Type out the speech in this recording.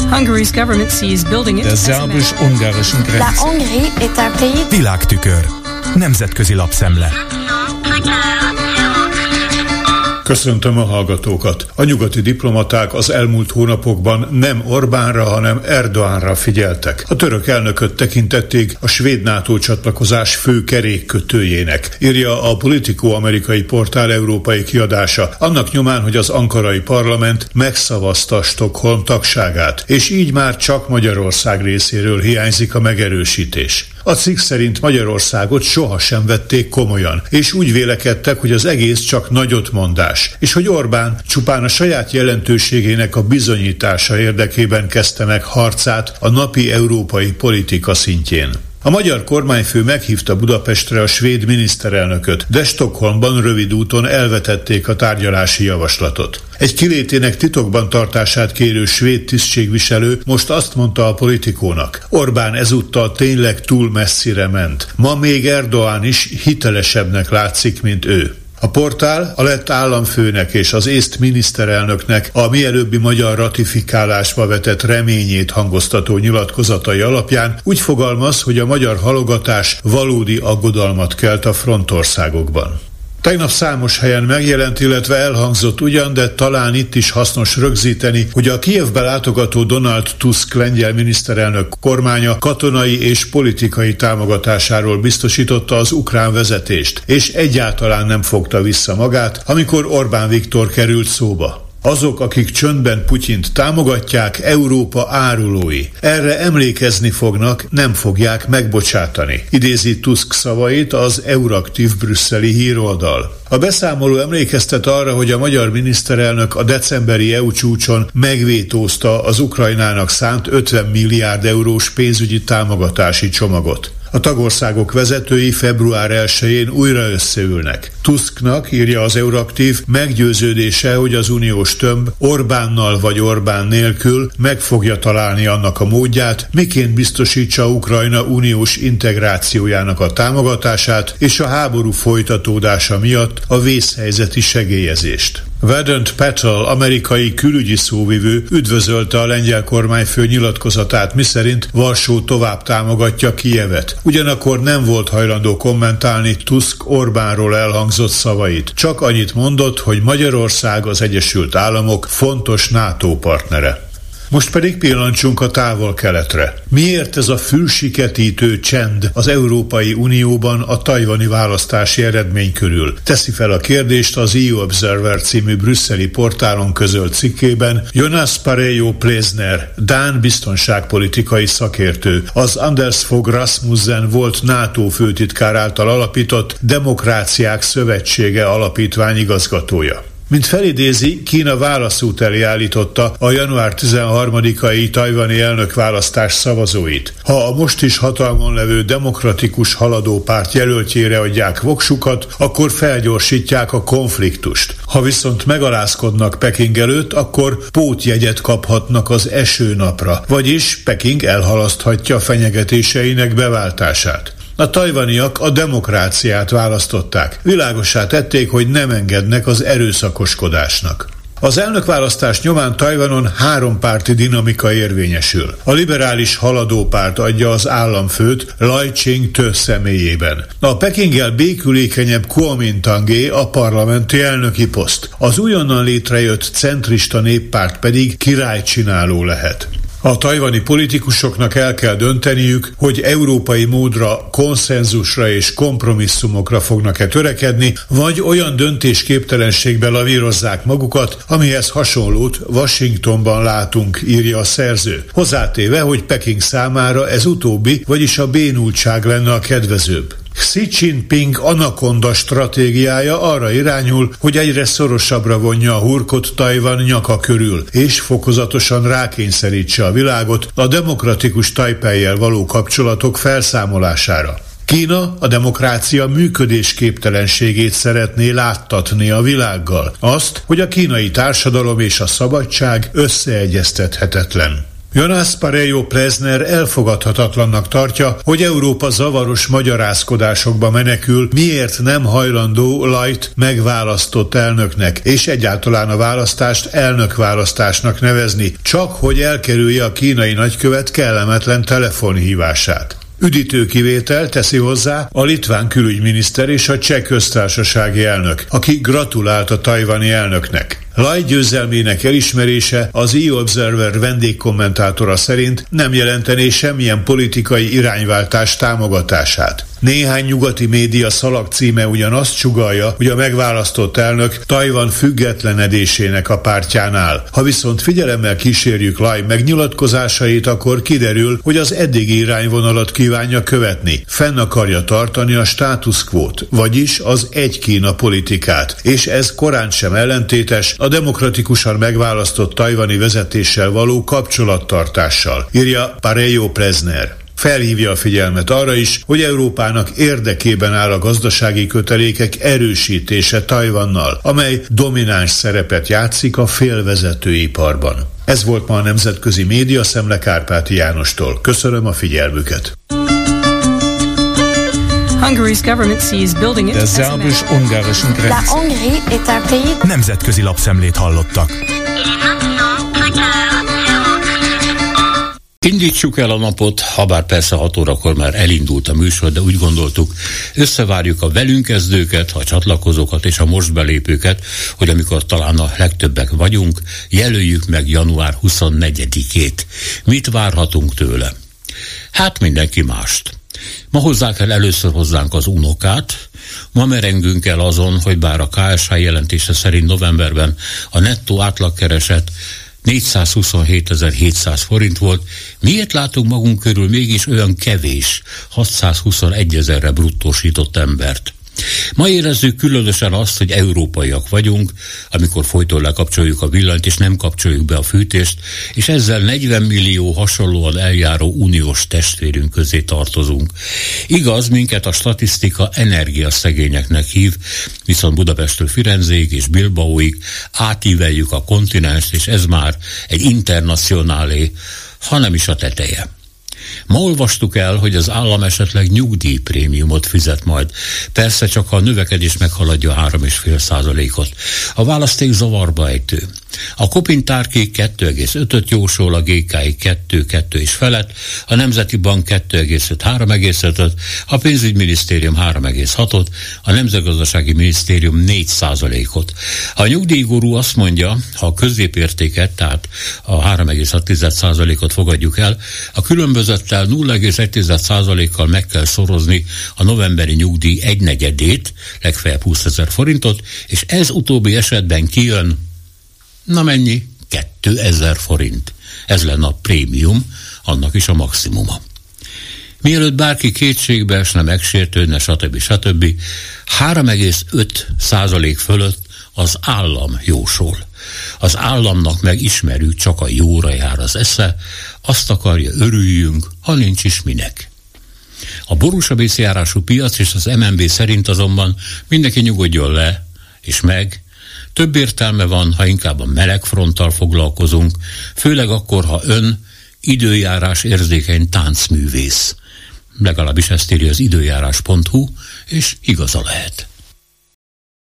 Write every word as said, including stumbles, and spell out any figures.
Hungary's government sees building it. Der szerbus-ungarischen Grenze. La Hongrie est un pays. Világtükör. Nemzetközi lapszemle. Köszöntöm a hallgatókat. A nyugati diplomaták az elmúlt hónapokban nem Orbánra, hanem Erdoğanra figyeltek. A török elnököt tekintették a svéd NATO csatlakozás fő kerékkötőjének, írja a Politico amerikai portál európai kiadása, annak nyomán, hogy az ankarai parlament megszavazta Stockholm tagságát, és így már csak Magyarország részéről hiányzik a megerősítés. A cikk szerint Magyarországot sohasem vették komolyan, és úgy vélekedtek, hogy az egész csak nagyotmondás, és hogy Orbán csupán a saját jelentőségének a bizonyítása érdekében kezdte meg harcát a napi európai politika szintjén. A magyar kormányfő meghívta Budapestre a svéd miniszterelnököt, de Stockholmban rövid úton elvetették a tárgyalási javaslatot. Egy kilétének titokban tartását kérő svéd tisztségviselő most azt mondta a Politikónak: Orbán ezúttal tényleg túl messzire ment. Ma még Erdoğan is hitelesebbnek látszik, mint ő. A portál a lett államfőnek és az észt miniszterelnöknek a mielőbbi magyar ratifikálásba vetett reményét hangoztató nyilatkozatai alapján úgy fogalmaz, hogy a magyar halogatás valódi aggodalmat kelt a frontországokban. Tegnap számos helyen megjelent, illetve elhangzott ugyan, de talán itt is hasznos rögzíteni, hogy a Kijevbe látogató Donald Tusk lengyel miniszterelnök kormánya katonai és politikai támogatásáról biztosította az ukrán vezetést, és egyáltalán nem fogta vissza magát, amikor Orbán Viktor került szóba. Azok, akik csöndben Putyint támogatják, Európa árulói. Erre emlékezni fognak, nem fogják megbocsátani. Idézi Tusk szavait az Euraktív brüsszeli híroldal. A beszámoló emlékeztet arra, hogy a magyar miniszterelnök a decemberi é u csúcson megvétózta az Ukrajnának szánt ötven milliárd eurós pénzügyi támogatási csomagot. A tagországok vezetői február elsején újra összeülnek. Tusknak, írja az Euraktív, meggyőződése, hogy az uniós tömb Orbánnal vagy Orbán nélkül meg fogja találni annak a módját, miként biztosítsa Ukrajna uniós integrációjának a támogatását és a háború folytatódása miatt a vészhelyzeti segélyezést. Vedant Patel, amerikai külügyi szóvivő üdvözölte a lengyel kormányfő nyilatkozatát, miszerint Varsó tovább támogatja Kijevet. Ugyanakkor nem volt hajlandó kommentálni Tusk Orbánról elhangzott szavait. Csak annyit mondott, hogy Magyarország az Egyesült Államok fontos NATO partnere. Most pedig pillancsunk a távol-keletre. Miért ez a fülsiketítő csend az Európai Unióban a tajvani választási eredmény körül? Teszi fel a kérdést az é u Observer című brüsszeli portálon közölt cikkében Jonas Parejo Plesner, dán biztonságpolitikai szakértő, az Anders Fogh Rasmussen volt NATO főtitkár által alapított Demokráciák Szövetsége alapítvány igazgatója. Mint felidézi, Kína válaszút elé állította a január tizenharmadikai tajvani elnökválasztás szavazóit. Ha a most is hatalmon levő Demokratikus Haladó Párt jelöltjére adják voksukat, akkor felgyorsítják a konfliktust. Ha viszont megalázkodnak Peking előtt, akkor pótjegyet kaphatnak az esőnapra, vagyis Peking elhalaszthatja fenyegetéseinek beváltását. A tajvaniak a demokráciát választották. Világossá tették, hogy nem engednek az erőszakoskodásnak. Az elnökválasztás nyomán Tajvanon hárompárti dinamika érvényesül. A liberális haladó párt adja az államfőt Lai Ching-te személyében. A Pekinggel békülékenyebb Kuomintangé a parlamenti elnöki poszt. Az újonnan létrejött centrista néppárt pedig királycsináló lehet. A tajvani politikusoknak el kell dönteniük, hogy európai módra, konszenzusra és kompromisszumokra fognak-e törekedni, vagy olyan döntésképtelenségbe lavírozzák magukat, amihez hasonlót Washingtonban látunk, írja a szerző. Hozzátéve, hogy Peking számára ez utóbbi, vagyis a bénultság lenne a kedvezőbb. Xi Jinping anakonda stratégiája arra irányul, hogy egyre szorosabbra vonja a hurkot Tajvan nyaka körül, és fokozatosan rákényszerítse a világot a demokratikus Tajpejjel való kapcsolatok felszámolására. Kína a demokrácia működésképtelenségét szeretné láttatni a világgal. Azt, hogy a kínai társadalom és a szabadság összeegyeztethetetlen. Jonas Parejo Plesner elfogadhatatlannak tartja, hogy Európa zavaros magyarázkodásokba menekül, miért nem hajlandó Lajt megválasztott elnöknek, és egyáltalán a választást elnökválasztásnak nevezni, csak hogy elkerülje a kínai nagykövet kellemetlen telefonhívását. Üdítő kivétel teszi hozzá a litván külügyminiszter és a cseh köztársasági elnök, aki gratulált a tajvani elnöknek. Laj győzelmének elismerése az E Observer vendégkommentátora szerint nem jelentené semmilyen politikai irányváltás támogatását. Néhány nyugati média szalagcíme ugyanazt sugallja, hogy a megválasztott elnök Tajvan függetlenedésének a pártján áll. Ha viszont figyelemmel kísérjük Laj megnyilatkozásait, akkor kiderül, hogy az eddigi irányvonalat kívánja követni. Fenn akarja tartani a status quót, vagyis az egy Kína politikát, és ez korán sem ellentétes a demokratikusan megválasztott tajvani vezetéssel való kapcsolattartással, írja Parejo Plesner. Felhívja a figyelmet arra is, hogy Európának érdekében áll a gazdasági kötelékek erősítése Tajvannal, amely domináns szerepet játszik a félvezetőiparban. Ez volt ma a Nemzetközi Média Szemle Kárpáti Jánostól. Köszönöm a figyelmüket. Hungary's government sees building it Der as a szerbus-ungarischen La Grenze. Hongrie est un pays... Nemzetközi lapszemlét hallottak. Indítsuk el a napot, habár persze hat órakor már elindult a műsor, de úgy gondoltuk, összevárjuk a velünk kezdőket, a csatlakozókat és a most belépőket, hogy amikor talán a legtöbbek vagyunk, jelöljük meg január huszonnegyedikét. Mit várhatunk tőle? Hát mindenki mást. Ma hozzák el először hozzánk az unokát, ma merengünk el azon, hogy bár a ká es há jelentése szerint novemberben a nettó átlagkereset négyszázhuszonhétezer-hétszáz forint volt, miért látunk magunk körül mégis olyan kevés, hatszázhuszonegy ezerre bruttósított embert? Ma érezzük különösen azt, hogy európaiak vagyunk, amikor folyton lekapcsoljuk a villanyt és nem kapcsoljuk be a fűtést, és ezzel negyven millió hasonlóan eljáró uniós testvérünk közé tartozunk. Igaz, minket a statisztika energiaszegényeknek hív, viszont Budapesttől Firenzéig és Bilbaóig átíveljük a kontinenst, és ez már egy internacionálé, ha nem is a teteje. Ma olvastuk el, hogy az állam esetleg nyugdíjprémiumot fizet majd. Persze csak ha a növekedés meghaladja három egész öt százalékot. A választék zavarba ejtő. A Kopintárki kettő egész ötöt jósol, a gé ká i kettő kettő és felett, a Nemzeti Bank kettő egész öt három egész ötöt, a Pénzügyminisztérium három egész hatot, a Nemzetgazdasági Minisztérium négy százalékot. A nyugdíjgurú azt mondja, ha a középértéket, tehát a három egész hat százalékot fogadjuk el, a különbözettel nulla egész egy százalékkal meg kell szorozni a novemberi nyugdíj egynegyedét, legfeljebb húszezer forintot, és ez utóbbi esetben kijön, na mennyi? kétezer forint. Ez lenne a prémium, annak is a maximuma. Mielőtt bárki kétségbe esne, megsértődne, stb. stb. három egész öt százalék fölött az állam jósol. Az államnak meg ismerjük, csak a jóra jár az esze, azt akarja, örüljünk, ha nincs is minek. A borús járású piac és az em en bé szerint azonban mindenki nyugodjon le, és meg, több értelme van, ha inkább a melegfronttal foglalkozunk, főleg akkor, ha ön időjárás érzékeny táncművész. Legalábbis ezt írja az időjárás pont hu, és igaza lehet.